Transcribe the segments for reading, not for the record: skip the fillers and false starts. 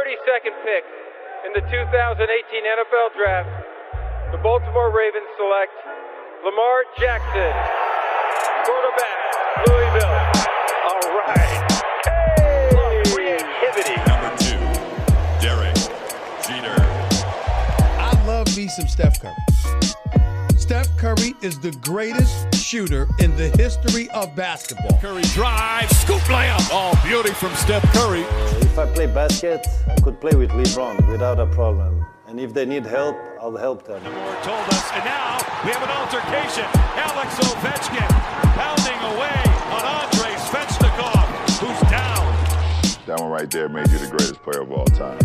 32nd pick in the 2018 NFL Draft, the Baltimore Ravens select Lamar Jackson, quarterback, Louisville. All right. Hey! Creativity. Number 2, Derek Jeter. I love me some Steph Curry. Steph Curry is the greatest shooter in the history of basketball. Curry drive, scoop layup. Oh, beauty from Steph Curry. If I play basket, I could play with LeBron without a problem. And if they need help, I'll help them. Moore told us, and now we have an altercation. Alex Ovechkin pounding away on Andrei Svechnikov, who's down. That one right there made you the greatest player of all time.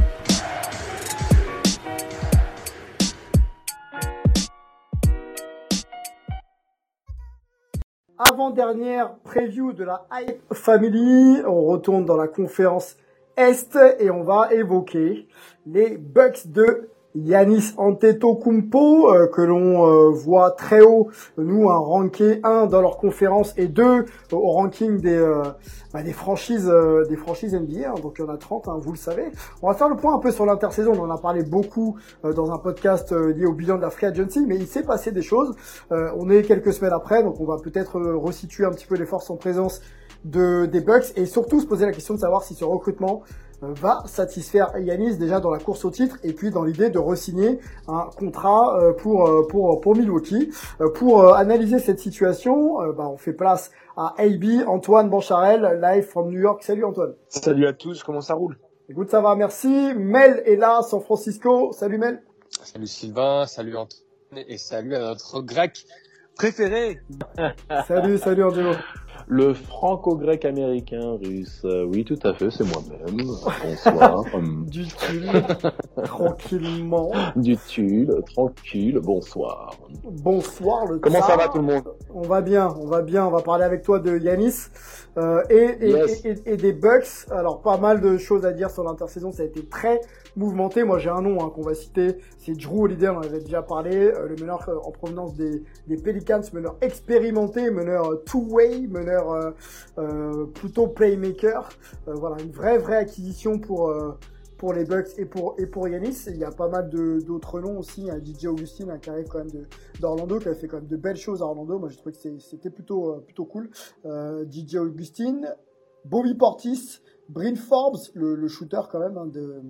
Avant-dernière preview de la Hype Family, on retourne dans la conférence Est et on va évoquer les Bucks de Giannis Antetokounmpo que l'on voit très haut, nous ranké 1 dans leur conférence et 2 au ranking des franchises NBA, donc il y en a 30, vous le savez. On va faire le point un peu sur l'intersaison, on en a parlé beaucoup dans un podcast lié au bilan de la Free Agency, mais il s'est passé des choses. On est quelques semaines après, donc on va peut-être resituer un petit peu les forces en présence des Bucks et surtout se poser la question de savoir si ce recrutement va satisfaire Giannis déjà dans la course au titre et puis dans l'idée de re-signer un contrat pour Milwaukee. Pour analyser cette situation, on fait place à AB, Antoine Bancharel, live from New York. Salut Antoine. Salut à tous, comment ça roule? Écoute, ça va, merci. Mel est là, San Francisco. Salut Mel. Salut Sylvain, salut Antoine et salut à notre grec préféré. Salut Angelo. Le franco-grec américain russe. Oui, tout à fait, c'est moi-même. Bonsoir. Du tulle. Tranquillement. Du tulle, tranquille, bonsoir. Bonsoir le Comment ça va tout le monde? On va bien. On va parler avec toi de Giannis et des Bucks. Alors, pas mal de choses à dire sur l'intersaison, ça a été très mouvementé. Moi, j'ai un nom qu'on va citer, c'est Jrue Holiday, on en avait déjà parlé, le meneur en provenance des Pelicans, meneur expérimenté, meneur two-way, meneur plutôt playmaker. Voilà, une vraie acquisition pour les Bucks et pour Giannis. Il y a pas mal d'autres noms aussi, DJ Augustin qui arrive quand même d'Orlando, qui a fait quand même de belles choses à Orlando. Moi, j'ai trouvé que c'était plutôt cool. DJ Augustin, Bobby Portis, Bryn Forbes, le shooter quand même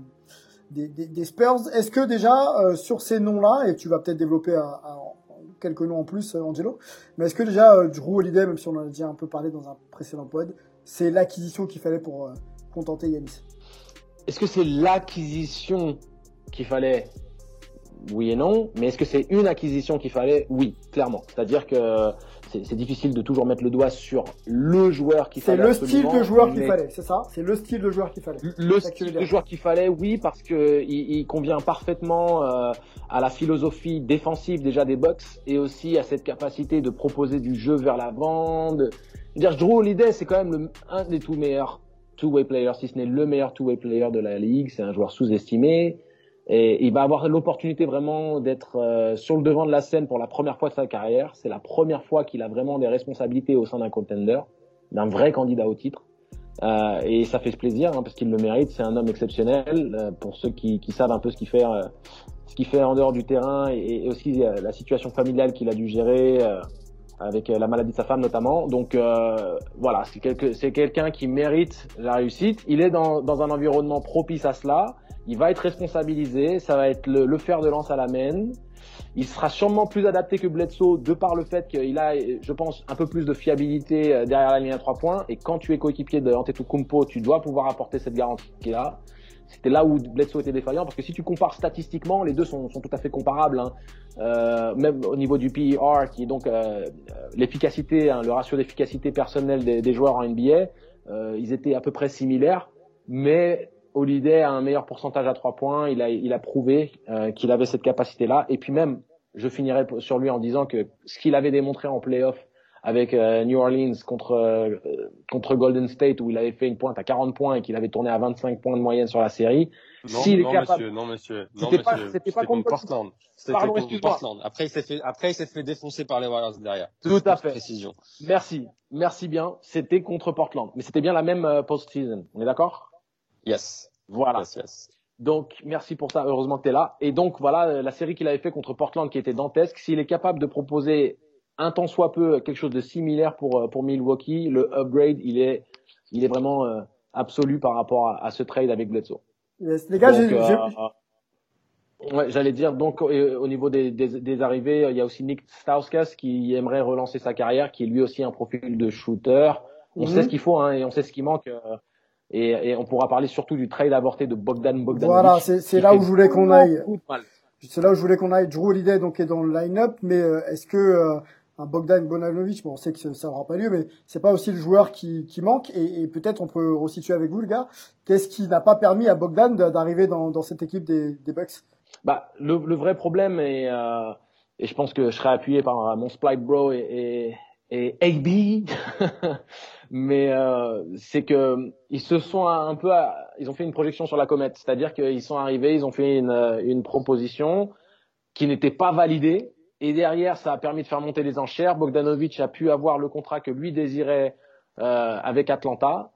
des Spurs. Est-ce que déjà sur ces noms-là, et tu vas peut-être développer quelques noms en plus, Angelo, mais est-ce que déjà Jrue Holiday, même si on en a déjà un peu parlé dans un précédent pod, c'est l'acquisition qu'il fallait pour contenter Giannis? Est-ce que c'est l'acquisition qu'il fallait? Oui et non. Mais est-ce que c'est une acquisition qu'il fallait? Oui, clairement. C'est-à-dire que c'est difficile de toujours mettre le doigt sur le joueur qu'il fallait. C'est le style de joueur qu'il fallait, c'est ça? C'est le style de joueur qu'il fallait. Le style de joueur qu'il fallait, oui, parce que il convient parfaitement à la philosophie défensive déjà des Bucks et aussi à cette capacité de proposer du jeu vers l'avant. Jrue Holiday, c'est quand même un des tout meilleurs two-way players, si ce n'est le meilleur two-way player de la ligue. C'est un joueur sous-estimé. Et il va avoir l'opportunité vraiment d'être sur le devant de la scène pour la première fois de sa carrière. C'est la première fois qu'il a vraiment des responsabilités au sein d'un contender, d'un vrai candidat au titre. Et ça fait plaisir parce qu'il le mérite. C'est un homme exceptionnel. Pour ceux qui savent un peu ce qu'il fait en dehors du terrain et aussi la situation familiale qu'il a dû gérer avec la maladie de sa femme notamment. Donc voilà, c'est quelqu'un qui mérite la réussite. Il est dans un environnement propice à cela. Il va être responsabilisé, ça va être le fer de lance à la main. Il sera sûrement plus adapté que Bledsoe de par le fait qu'il a, je pense, un peu plus de fiabilité derrière la ligne à 3 points. Et quand tu es coéquipier de Antetokounmpo, tu dois pouvoir apporter cette garantie-là. C'était là où Bledsoe était défaillant, parce que si tu compares statistiquement, les deux sont tout à fait comparables. Même au niveau du PER, qui est donc l'efficacité, le ratio d'efficacité personnelle des joueurs en NBA, ils étaient à peu près similaires, mais Holiday a un meilleur pourcentage à 3 points. Il a prouvé qu'il avait cette capacité-là. Et puis même, je finirai sur lui en disant que ce qu'il avait démontré en play-off avec New Orleans contre Golden State, où il avait fait une pointe à 40 points et qu'il avait tourné à 25 points de moyenne sur la série. Non, monsieur. C'était pas contre Portland. C'était contre Portland. Après, il s'est fait défoncer par les Warriors derrière. Tout à fait. Précision. Merci bien. C'était contre Portland. Mais c'était bien la même post-season. On est d'accord? Yes. Voilà. Yes. Donc, merci pour ça. Heureusement que tu es là. Et donc, voilà, la série qu'il avait fait contre Portland qui était dantesque. S'il est capable de proposer un tant soit peu quelque chose de similaire pour Milwaukee, le upgrade, il est vraiment absolu par rapport à ce trade avec Bledsoe. Yes. Les gars, ouais, j'allais dire, donc, au niveau des arrivées, il y a aussi Nick Stauskas qui aimerait relancer sa carrière, qui est lui aussi un profil de shooter. On sait ce qu'il faut, hein, et on sait ce qui manque. Et on pourra parler surtout du trade avorté de Bogdanovic. Voilà, c'est là où je voulais qu'on aille. C'est là où je voulais qu'on aille. Drew Holiday donc est dans le line-up, mais est-ce que un Bogdanovic, bon, on sait que ça n'aura pas lieu, mais c'est pas aussi le joueur qui manque, et peut-être on peut resituer avec vous, les gars. Qu'est-ce qui n'a pas permis à Bogdan d'arriver dans cette équipe des Bucks? Bah, le vrai problème, et je pense que je serai appuyé par mon Splice Bro et AB, mais c'est que ils se sont ils ont fait une projection sur la comète, c'est-à-dire qu'ils sont arrivés, ils ont fait une proposition qui n'était pas validée, et derrière ça a permis de faire monter les enchères. Bogdanovic a pu avoir le contrat que lui désirait avec Atlanta.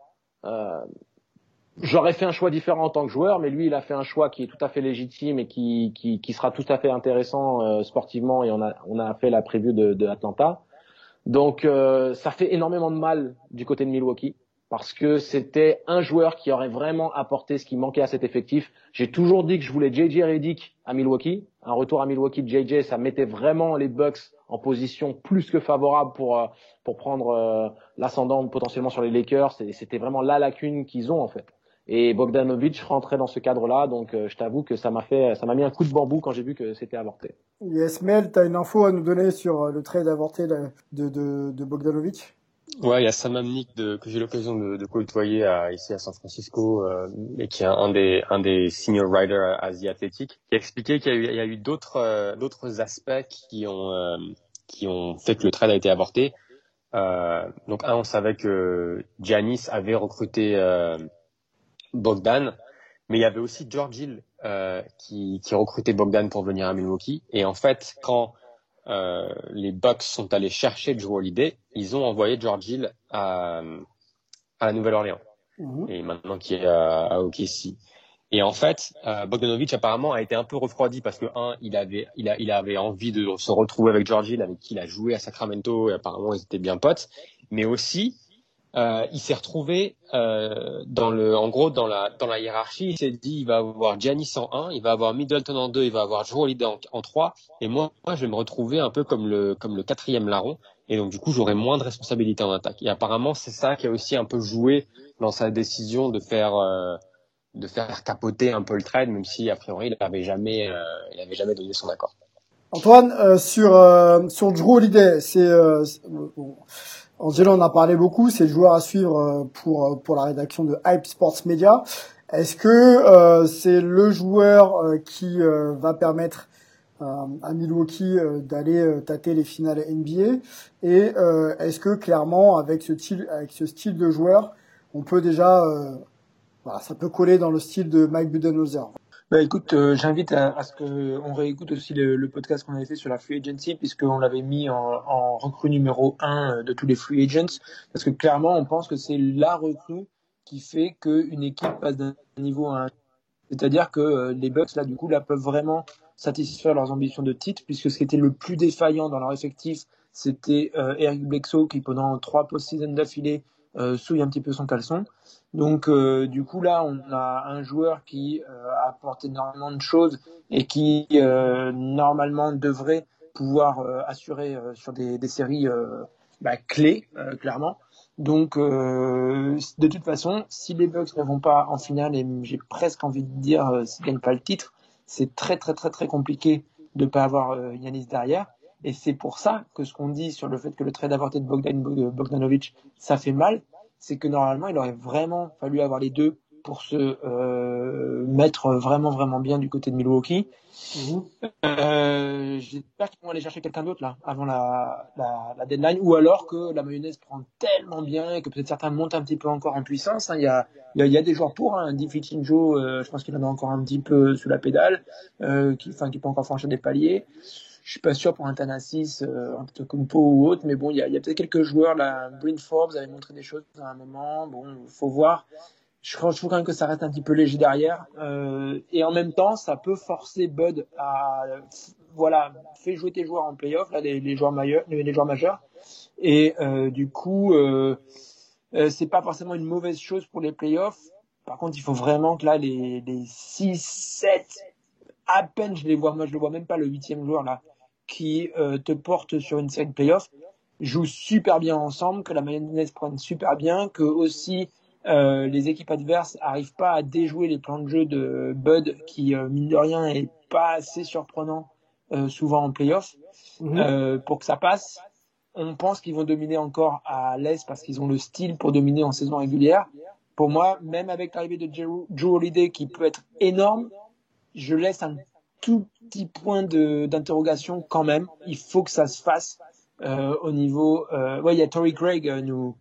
J'aurais fait un choix différent en tant que joueur, mais lui, il a fait un choix qui est tout à fait légitime et qui sera tout à fait intéressant sportivement, et on a fait la preview de Atlanta. Donc ça fait énormément de mal du côté de Milwaukee, parce que c'était un joueur qui aurait vraiment apporté ce qui manquait à cet effectif. J'ai toujours dit que je voulais JJ Redick à Milwaukee. Un retour à Milwaukee de JJ, ça mettait vraiment les Bucks en position plus que favorable pour prendre l'ascendant potentiellement sur les Lakers. C'était vraiment la lacune qu'ils ont en fait. Et Bogdanovic rentrait dans ce cadre-là, donc je t'avoue que ça m'a mis un coup de bambou quand j'ai vu que c'était avorté. Yes, Mel, t'as une info à nous donner sur le trade avorté de Bogdanovic? Ouais, il y a Sam Amnik que j'ai eu l'occasion de côtoyer ici à San Francisco, et qui est un des senior writers à The Athletic, qui a expliqué qu'il y a eu d'autres aspects qui ont fait que le trade a été avorté. Donc on savait que Giannis avait recruté Bogdan, mais il y avait aussi George Hill qui recrutait Bogdan pour venir à Milwaukee. Et en fait, quand les Bucks sont allés chercher Drew Holiday, ils ont envoyé George Hill à la Nouvelle-Orléans, et maintenant qui est à OKC. Et en fait, Bogdanovic apparemment a été un peu refroidi parce que il avait envie de se retrouver avec George Hill, avec qui il a joué à Sacramento, et apparemment ils étaient bien potes. Mais aussi, il s'est retrouvé dans la hiérarchie. Il s'est dit, il va avoir Giannis en 1, il va avoir Middleton en 2, il va avoir Drew Holiday en 3, et moi je vais me retrouver un peu comme le quatrième larron, et donc du coup j'aurai moins de responsabilités en attaque. Et apparemment c'est ça qui a aussi un peu joué dans sa décision de faire capoter un peu le trade, même si a priori il avait jamais donné son accord. Antoine, sur Drew Holiday, bon, Angelo en a parlé beaucoup, c'est le joueur à suivre pour la rédaction de Hype Sports Media. Est-ce que c'est le joueur qui va permettre à Milwaukee d'aller tâter les finales NBA, et est-ce que clairement avec ce style de joueur, on peut déjà ça peut coller dans le style de Mike Budenholzer? Bah écoute, j'invite à ce que on réécoute aussi le podcast qu'on avait fait sur la free agency, puisqu'on l'avait mis en recrue numéro 1 de tous les free agents, parce que clairement on pense que c'est la recrue qui fait qu'une équipe passe d'un niveau à un. C'est-à-dire que les Bucks là du coup là peuvent vraiment satisfaire leurs ambitions de titre, puisque ce qui était le plus défaillant dans leur effectif, c'était Eric Bledsoe, qui pendant 3 post-season d'affilée souille un petit peu son caleçon. Donc du coup là on a un joueur qui apporte énormément de choses et qui normalement devrait pouvoir assurer sur des séries clés, clairement. Donc de toute façon, si les Bucks ne vont pas en finale, et j'ai presque envie de dire s'ils gagnent pas le titre, c'est très très très très compliqué de pas avoir Giannis derrière. Et c'est pour ça que ce qu'on dit sur le fait que le trade avorté de Bogdanovic, ça fait mal, c'est que normalement il aurait vraiment fallu avoir les deux pour se mettre vraiment vraiment bien du côté de Milwaukee. J'espère qu'ils vont aller chercher quelqu'un d'autre là avant la deadline, ou alors que la mayonnaise prend tellement bien et que peut-être certains montent un petit peu encore en puissance. Il y a des joueurs pour, Diffie-Cinjo, je pense qu'il en a encore un petit peu sous la pédale, qui peut encore franchir des paliers. Je suis pas sûr pour un Thanasis, Antetokounmpo ou autre, mais bon, il y a peut-être quelques joueurs là. Bryn Forbes avait montré des choses à un moment. Bon, faut voir. je trouve quand même que ça reste un petit peu léger derrière. Et en même temps, ça peut forcer Bud à, fais jouer tes joueurs en playoff, là, les joueurs majeurs. Et du coup, c'est pas forcément une mauvaise chose pour les playoffs. Par contre, il faut vraiment que là, les 6, 7, à peine je les vois, moi je le vois même pas le 8e joueur là, qui te porte sur une série de playoffs, jouent super bien ensemble, que la mayonnaise prenne super bien, que aussi les équipes adverses arrivent pas à déjouer les plans de jeu de Bud, qui mine de rien est pas assez surprenant souvent en playoff, pour que ça passe. On pense qu'ils vont dominer encore à l'Est parce qu'ils ont le style pour dominer en saison régulière. Pour moi, même avec l'arrivée de Jrue Holiday qui peut être énorme, je laisse un tout petit point d'interrogation quand même. Il faut que ça se fasse au niveau. Il y a Torrey Craig nous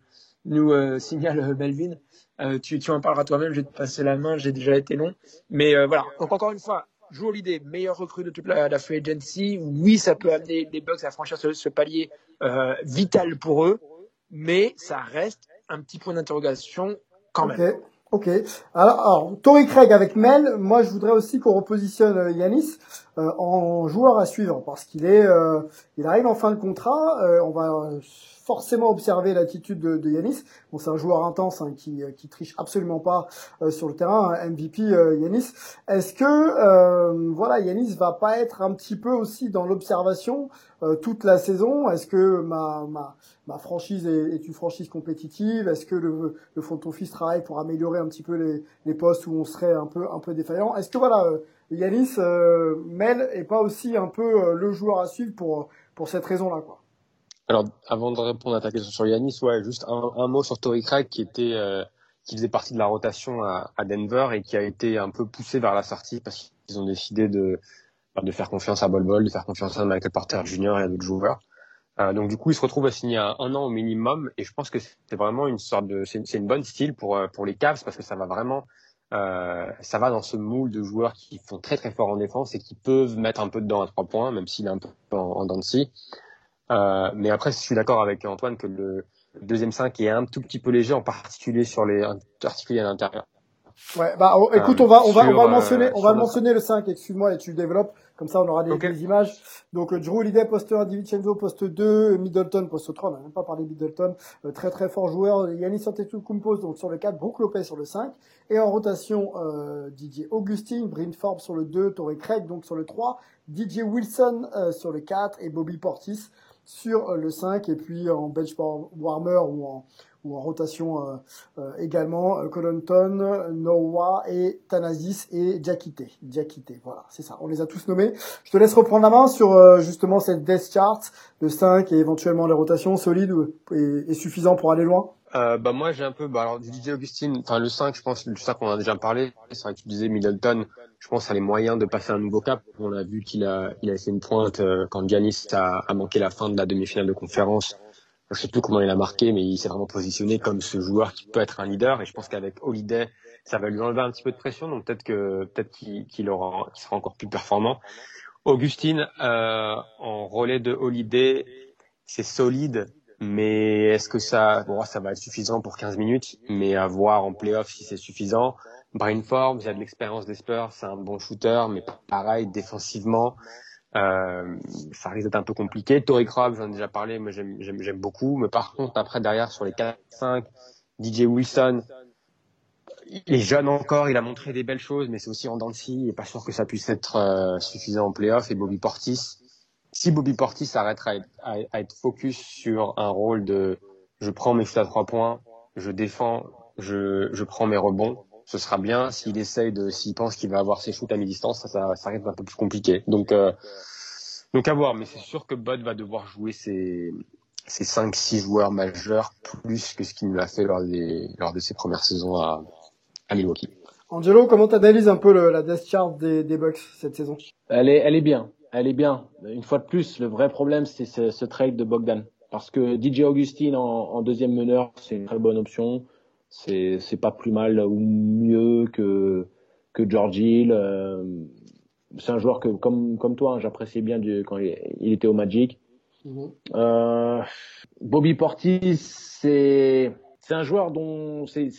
signale Melvin. Tu en parleras toi-même. Je vais te passer la main. J'ai déjà été long, mais voilà. Donc encore une fois, Jrue Holiday, meilleure recrue de toute la free agency. Oui, ça peut amener les Bucks à franchir ce palier vital pour eux, mais ça reste un petit point d'interrogation quand même. Ok. Alors, Torrey Craig avec Mel, moi je voudrais aussi qu'on repositionne Giannis en joueur à suivre parce qu'il il arrive en fin de contrat. On va forcément observer l'attitude de Giannis. Bon, c'est un joueur intense qui triche absolument pas sur le terrain, MVP Giannis. Est-ce que Giannis va pas être un petit peu aussi dans l'observation toute la saison? Est-ce que ma franchise est une franchise compétitive? Est-ce que le front office travaille pour améliorer un petit peu les postes où on serait un peu défaillant? Est-ce que Giannis Mel est pas aussi un peu le joueur à suivre pour cette raison-là, quoi? Alors, avant de répondre à ta question sur Giannis, juste un mot sur Torrey Craig qui faisait partie de la rotation à Denver et qui a été un peu poussé vers la sortie parce qu'ils ont décidé de faire confiance à Bol Bol, de faire confiance à Michael Porter Jr. et à d'autres joueurs. Donc du coup, il se retrouve à signer à 1 an au minimum et je pense que c'est vraiment c'est une bonne style pour les Cavs parce que ça va vraiment ça va dans ce moule de joueurs qui font très très fort en défense et qui peuvent mettre un peu dedans à 3 points, même s'il est un peu en dents de scie. Mais après, je suis d'accord avec Antoine que le deuxième 5 est un tout petit peu léger, en particulier à l'intérieur. Ouais, écoute, on va mentionner le 5, excuse-moi, et tu développes, comme ça on aura des images. Donc, Jrue Holiday, poste 1, DiVincenzo, poste 2, Middleton, poste 3, on n'a même pas parlé de Middleton, très très fort joueur, Giannis Antetokounmpo, donc sur le 4, Brook Lopez sur le 5, et en rotation, DJ Augustine, Bryn Forbes sur le 2, Torrey Craig, donc sur le 3, DJ Wilson, sur le 4, et Bobby Portis sur le 5, et puis en bench warmer ou en rotation également, Connaughton, Noah et Thanasis et Diakité. Voilà, c'est ça. On les a tous nommés. Je te laisse reprendre la main sur justement cette depth chart, le 5 et éventuellement les rotations solides et suffisant pour aller loin. Moi j'ai un peu alors DJ Augustine, enfin le 5, je pense le 5 on en a déjà parlé, c'est vrai que tu disais Middleton, je pense a les moyens de passer un nouveau cap. On a vu qu'il a fait une pointe quand Giannis a manqué la fin de la demi-finale de conférence. Je sais plus comment il a marqué, mais il s'est vraiment positionné comme ce joueur qui peut être un leader. Et je pense qu'avec Holiday, ça va lui enlever un petit peu de pression. Donc peut-être qu'il sera encore plus performant. Augustine, en relais de Holiday, c'est solide, mais est-ce que ça va être suffisant pour 15 minutes? Mais à voir en playoff si c'est suffisant. Bryn Forbes, il a de l'expérience des Spurs, c'est un bon shooter, mais pareil, défensivement. Ça risque d'être un peu compliqué. Torrey Craig, j'en ai déjà parlé, moi j'aime beaucoup. Mais par contre, après, derrière, sur les 4-5, DJ Wilson, il est jeune encore, il a montré des belles choses, mais c'est aussi en dents de scie. Il n'est pas sûr que ça puisse être suffisant en playoff. Et Bobby Portis, si Bobby Portis s'arrête à être focus sur un rôle de je prends mes shoots à 3 points, je défends, je prends mes rebonds, ce sera bien. S'il pense qu'il va avoir ses shoots à mi-distance, ça risque un peu plus compliqué. Donc à voir, mais c'est sûr que Bud va devoir jouer ses 5-6 joueurs majeurs plus que ce qu'il nous a fait lors de ses premières saisons à Milwaukee. Angelo, comment t'analyses un peu la death chart des Bucks cette saison? Elle est bien. Une fois de plus, le vrai problème, c'est ce trade de Bogdan. Parce que DJ Augustine en deuxième meneur, c'est une très bonne option. C'est pas plus mal ou mieux que George Hill. C'est un joueur que, comme toi, j'appréciais bien quand il était au Magic. Bobby Portis, c'est un joueur dont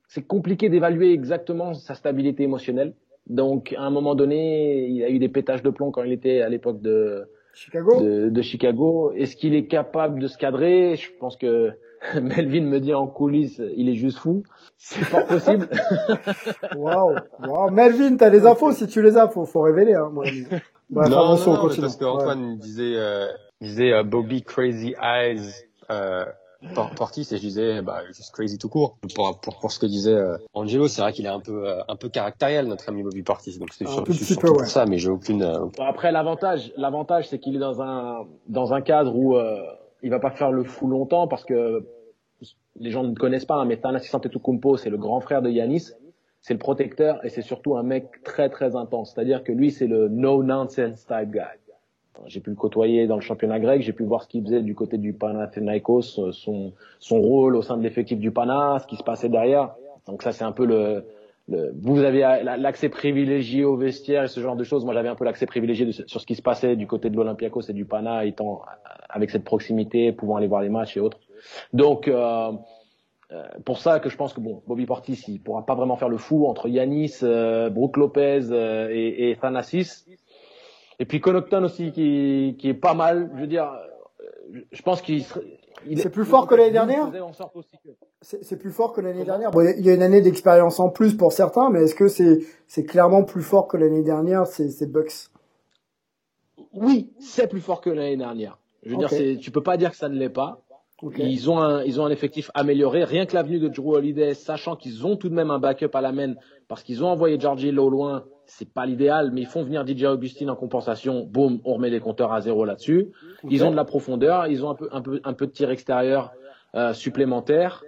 c'est compliqué d'évaluer exactement sa stabilité émotionnelle. Donc, à un moment donné, il a eu des pétages de plomb quand il était à l'époque de Chicago. Est-ce qu'il est capable de se cadrer? Je pense que Melvin me dit en coulisses, il est juste fou. C'est fort possible. Waouh. Melvin, t'as les infos, si tu les as, faut révéler, hein, moi. Bref, non, parce qu'Antoine disait Bobby Crazy Eyes, Portis, et je disais juste crazy tout court pour ce que disait Angelo. C'est vrai qu'il est un peu caractériel, notre ami Bobby Portis, donc c'est surtout pour ça, mais j'ai aucune Bon, après l'avantage c'est qu'il est dans un cadre où il va pas faire le fou longtemps, parce que les gens ne connaissent pas, hein, mais Thanasis Antetokounmpo, c'est le grand frère de Giannis, c'est le protecteur, et c'est surtout un mec très très intense, c'est-à-dire que lui c'est le no nonsense type guy. J'ai pu le côtoyer dans le championnat grec, j'ai pu voir ce qu'il faisait du côté du Panathinaikos, son rôle au sein de l'effectif du Pana, ce qui se passait derrière. Donc ça, c'est un peu vous avez l'accès privilégié au vestiaire et ce genre de choses. Moi, j'avais un peu l'accès privilégié sur ce qui se passait du côté de l'Olympiakos et du Pana, étant avec cette proximité, pouvant aller voir les matchs et autres. Donc, pour ça que je pense que Bobby Portis, il pourra pas vraiment faire le fou entre Giannis, Brook Lopez et Thanasis. Et puis Connaughton aussi qui est pas mal. Je veux dire, je pense c'est plus fort que l'année dernière. C'est plus fort que l'année dernière. Bon, il y a une année d'expérience en plus pour certains, mais est-ce que c'est clairement plus fort que l'année dernière, ces Bucks? Oui, c'est plus fort que l'année dernière. Je veux dire, tu peux pas dire que ça ne l'est pas. Okay. Ils ont un effectif amélioré. Rien que l'avenue de Jrue Holiday, sachant qu'ils ont tout de même un backup à la main, parce qu'ils ont envoyé George Hill au loin, c'est pas l'idéal, mais ils font venir DJ Augustin en compensation. Boum, on remet les compteurs à zéro là-dessus. Okay. Ils ont de la profondeur, ils ont un peu de tir extérieur supplémentaire.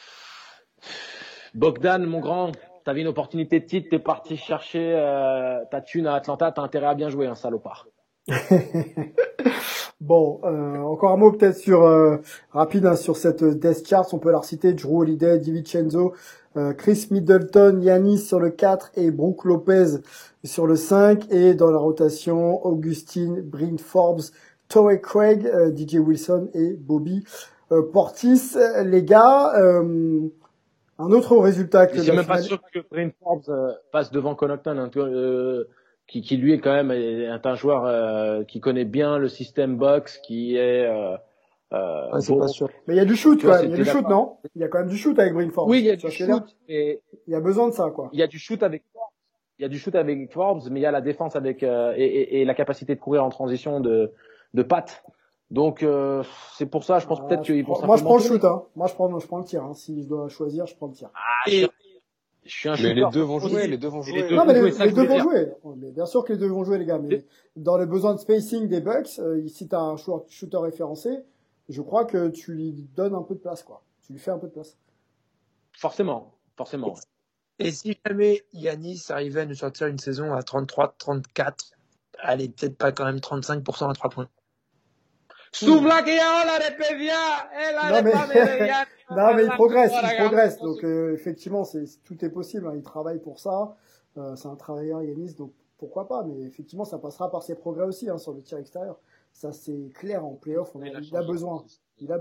Bogdan, mon grand, t'avais une opportunité de titre, t'es parti chercher ta thune à Atlanta, t'as intérêt à bien jouer, un salopard. Bon, encore un mot peut-être rapide sur cette Death Chart, on peut la reciter: Jrue Holiday, DiVincenzo, Chris Middleton, Giannis sur le 4 et Brook Lopez sur le 5, et dans la rotation, Augustin, Bryn Forbes, Torrey Craig, DJ Wilson et Bobby Portis. Les gars, un autre résultat que... Je suis même pas sûr que Bryn Forbes passe devant Connaughton, hein, qui lui est quand même un joueur qui connaît bien le système box, qui est c'est pas sûr. Mais il y a du shoot quand même, il y a du shoot, non? Il y a quand même du shoot avec Bryn Forbes. Oui, il y a du shoot, et il y a besoin de ça, quoi. Il y a du shoot avec Forbes, mais il y a la défense avec et la capacité de courir en transition de pattes. Donc c'est pour ça, je pense peut-être qu'ils vont moi je prends le shoot, hein. Moi je prends le tir, hein. Si je dois choisir, je prends le tir. Je suis un shooter. Mais les deux vont jouer. Les deux vont jouer. Mais bien sûr que les deux vont jouer, les gars. Mais dans les besoins de spacing des Bucks, si t'as un shooter référencé, je crois que tu lui donnes un peu de place, quoi. Tu lui fais un peu de place. Forcément. Et si jamais Giannis arrivait à nous sortir une saison à 33, 34, allez, peut-être pas quand même 35% à 3 points. Non, mais il progresse. Donc, effectivement, tout est possible, hein. Il travaille pour ça. C'est un travailleur, Giannis, donc pourquoi pas. Mais effectivement, ça passera par ses progrès aussi, hein, sur le tir extérieur. Ça, c'est clair, en play-off, il a besoin. Il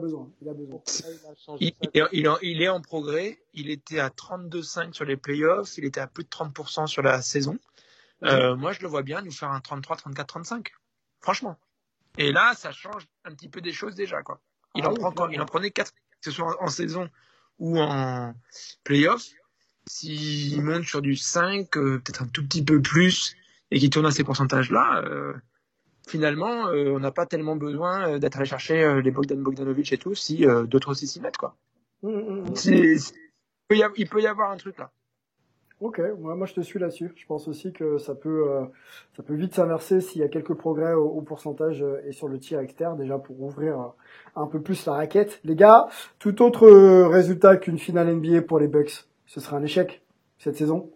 est en progrès. Il était à 32,5 sur les playoffs. Il était à plus de 30% sur la saison. Moi, je le vois bien nous faire un 33, 34, 35. Franchement. Et là, ça change un petit peu des choses déjà, quoi. Il en prenait 4, que ce soit en saison ou en playoff. S'il monte sur du 5, peut-être un tout petit peu plus, et qu'il tourne à ces pourcentages-là, finalement, on n'a pas tellement besoin d'être allé chercher les Bogdanovic et tout, si d'autres aussi s'y mettent, quoi. Il peut y avoir un truc là. Ok, moi je te suis là-dessus. Je pense aussi que ça peut vite s'inverser s'il y a quelques progrès au pourcentage et sur le tir externe, déjà pour ouvrir un peu plus la raquette. Les gars, tout autre résultat qu'une finale NBA pour les Bucks, ce serait un échec cette saison?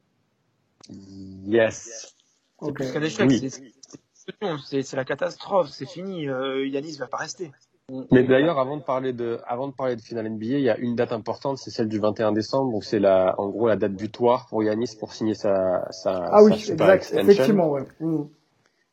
Yes. C'est plus qu'un échec, c'est la catastrophe, c'est fini. Giannis va pas rester. Mais d'ailleurs, avant de parler de finale NBA, il y a une date importante, c'est celle du 21 décembre, donc c'est en gros la date butoir pour Giannis pour signer sa super extension. Effectivement, ouais.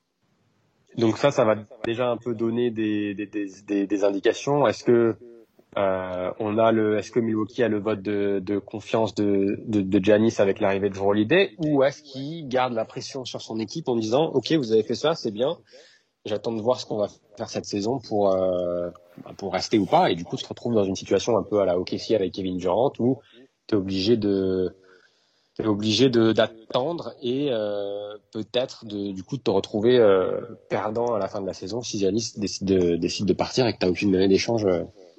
Donc ça va déjà un peu donner des indications. Est-ce que On a est-ce que Milwaukee a le vote de confiance de Giannis avec l'arrivée de Jrue Holiday, ou est-ce qu'il garde la pression sur son équipe en disant OK, vous avez fait ça, c'est bien, j'attends de voir ce qu'on va faire cette saison pour rester ou pas, et du coup tu te retrouves dans une situation un peu à la OKC avec Kevin Durant où t'es obligé d'attendre et peut-être du coup de te retrouver perdant à la fin de la saison si Giannis décide de partir et que t'as aucune monnaie d'échange.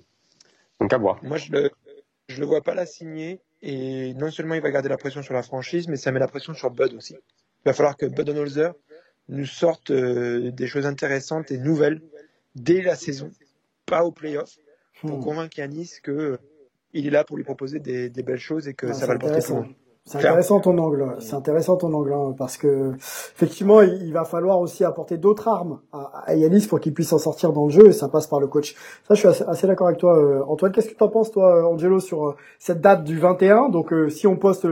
Donc à voir. Moi, je le vois pas la signer, et non seulement il va garder la pression sur la franchise, mais ça met la pression sur Bud aussi. Il va falloir que Budenholzer nous sorte des choses intéressantes et nouvelles dès la saison, pas au play-off, pour convaincre Giannis que il est là pour lui proposer des belles choses et que ça va le porter plus loin. C'est intéressant ton angle. C'est intéressant ton angle, hein, parce que effectivement, il va falloir aussi apporter d'autres armes à Giannis pour qu'il puisse s'en sortir dans le jeu, et ça passe par le coach. Ça, je suis assez d'accord avec toi, Antoine. Qu'est-ce que tu en penses, toi, Angelo, sur cette date du 21? Donc, si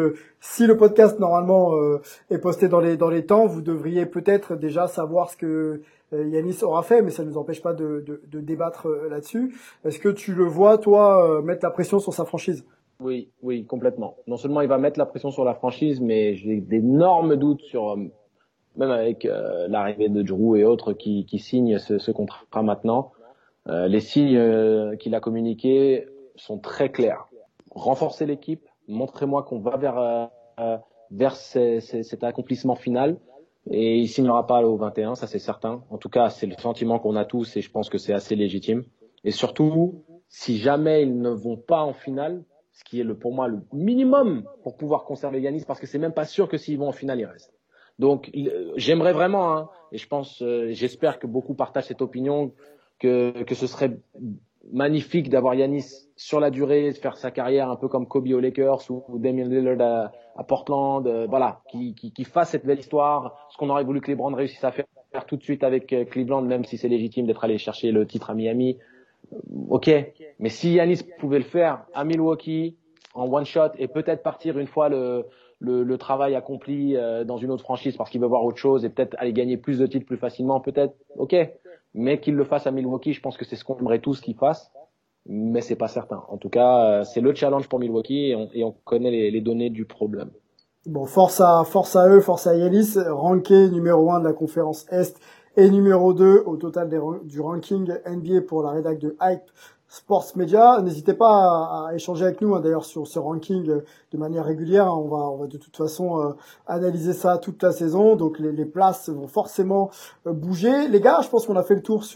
le podcast normalement est posté dans les temps, vous devriez peut-être déjà savoir ce que Giannis aura fait, mais ça ne nous empêche pas de débattre là-dessus. Est-ce que tu le vois, toi, mettre la pression sur sa franchise? Oui, complètement. Non seulement il va mettre la pression sur la franchise, mais j'ai d'énormes doutes sur, même avec l'arrivée de Jrue et autres qui signent ce contrat maintenant. Les signes qu'il a communiqués sont très clairs. Renforcer l'équipe, montrez-moi qu'on va vers cet accomplissement final, et il signera pas au 21, ça c'est certain. En tout cas, c'est le sentiment qu'on a tous, et je pense que c'est assez légitime. Et surtout, si jamais ils ne vont pas en finale, ce qui est pour moi le minimum pour pouvoir conserver Giannis, parce que c'est même pas sûr que s'ils vont en finale, ils restent. Donc, j'aimerais vraiment, hein, et j'espère que beaucoup partagent cette opinion, que ce serait magnifique d'avoir Giannis sur la durée, de faire sa carrière un peu comme Kobe aux Lakers ou Damian Lillard à Portland, voilà, qui fasse cette belle histoire, ce qu'on aurait voulu que LeBron réussisse à faire tout de suite avec Cleveland, même si c'est légitime d'être allé chercher le titre à Miami. Ok, mais si Giannis pouvait le faire à Milwaukee en one shot et peut-être partir une fois le travail accompli dans une autre franchise parce qu'il veut voir autre chose et peut-être aller gagner plus de titres plus facilement, peut-être, ok, mais qu'il le fasse à Milwaukee, je pense que c'est ce qu'on aimerait tous qu'il fasse, mais c'est pas certain. En tout cas, c'est le challenge pour Milwaukee, et on connaît les données du problème. Bon, force à eux, force à Giannis, ranké numéro 1 de la conférence Est et numéro 2 au total du ranking NBA pour la rédac de Hype Sports Media. N'hésitez pas à échanger avec nous, hein, d'ailleurs, sur ce ranking de manière régulière. On va de toute façon analyser ça toute la saison. Donc les places vont forcément bouger. Les gars, je pense qu'on a fait le tour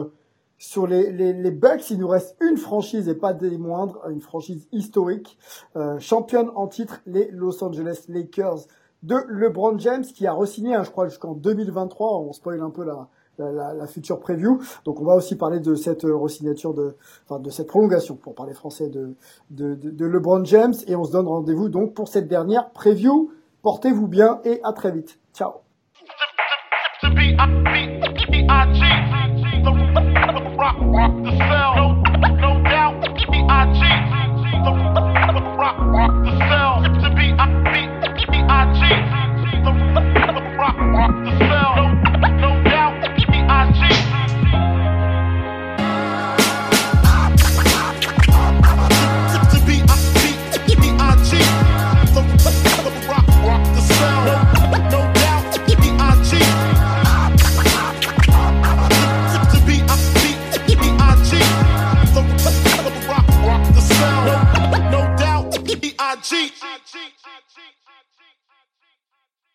sur les Bucks. Il nous reste une franchise, et pas des moindres, une franchise historique, championne en titre, les Los Angeles Lakers de LeBron James, qui a re-signé, je crois, jusqu'en 2023. On spoil un peu la future preview. Donc on va aussi parler de cette re-signature de cette prolongation, pour parler français, de LeBron James, et on se donne rendez-vous donc pour cette dernière preview. Portez-vous bien et à très vite. Ciao. Rock.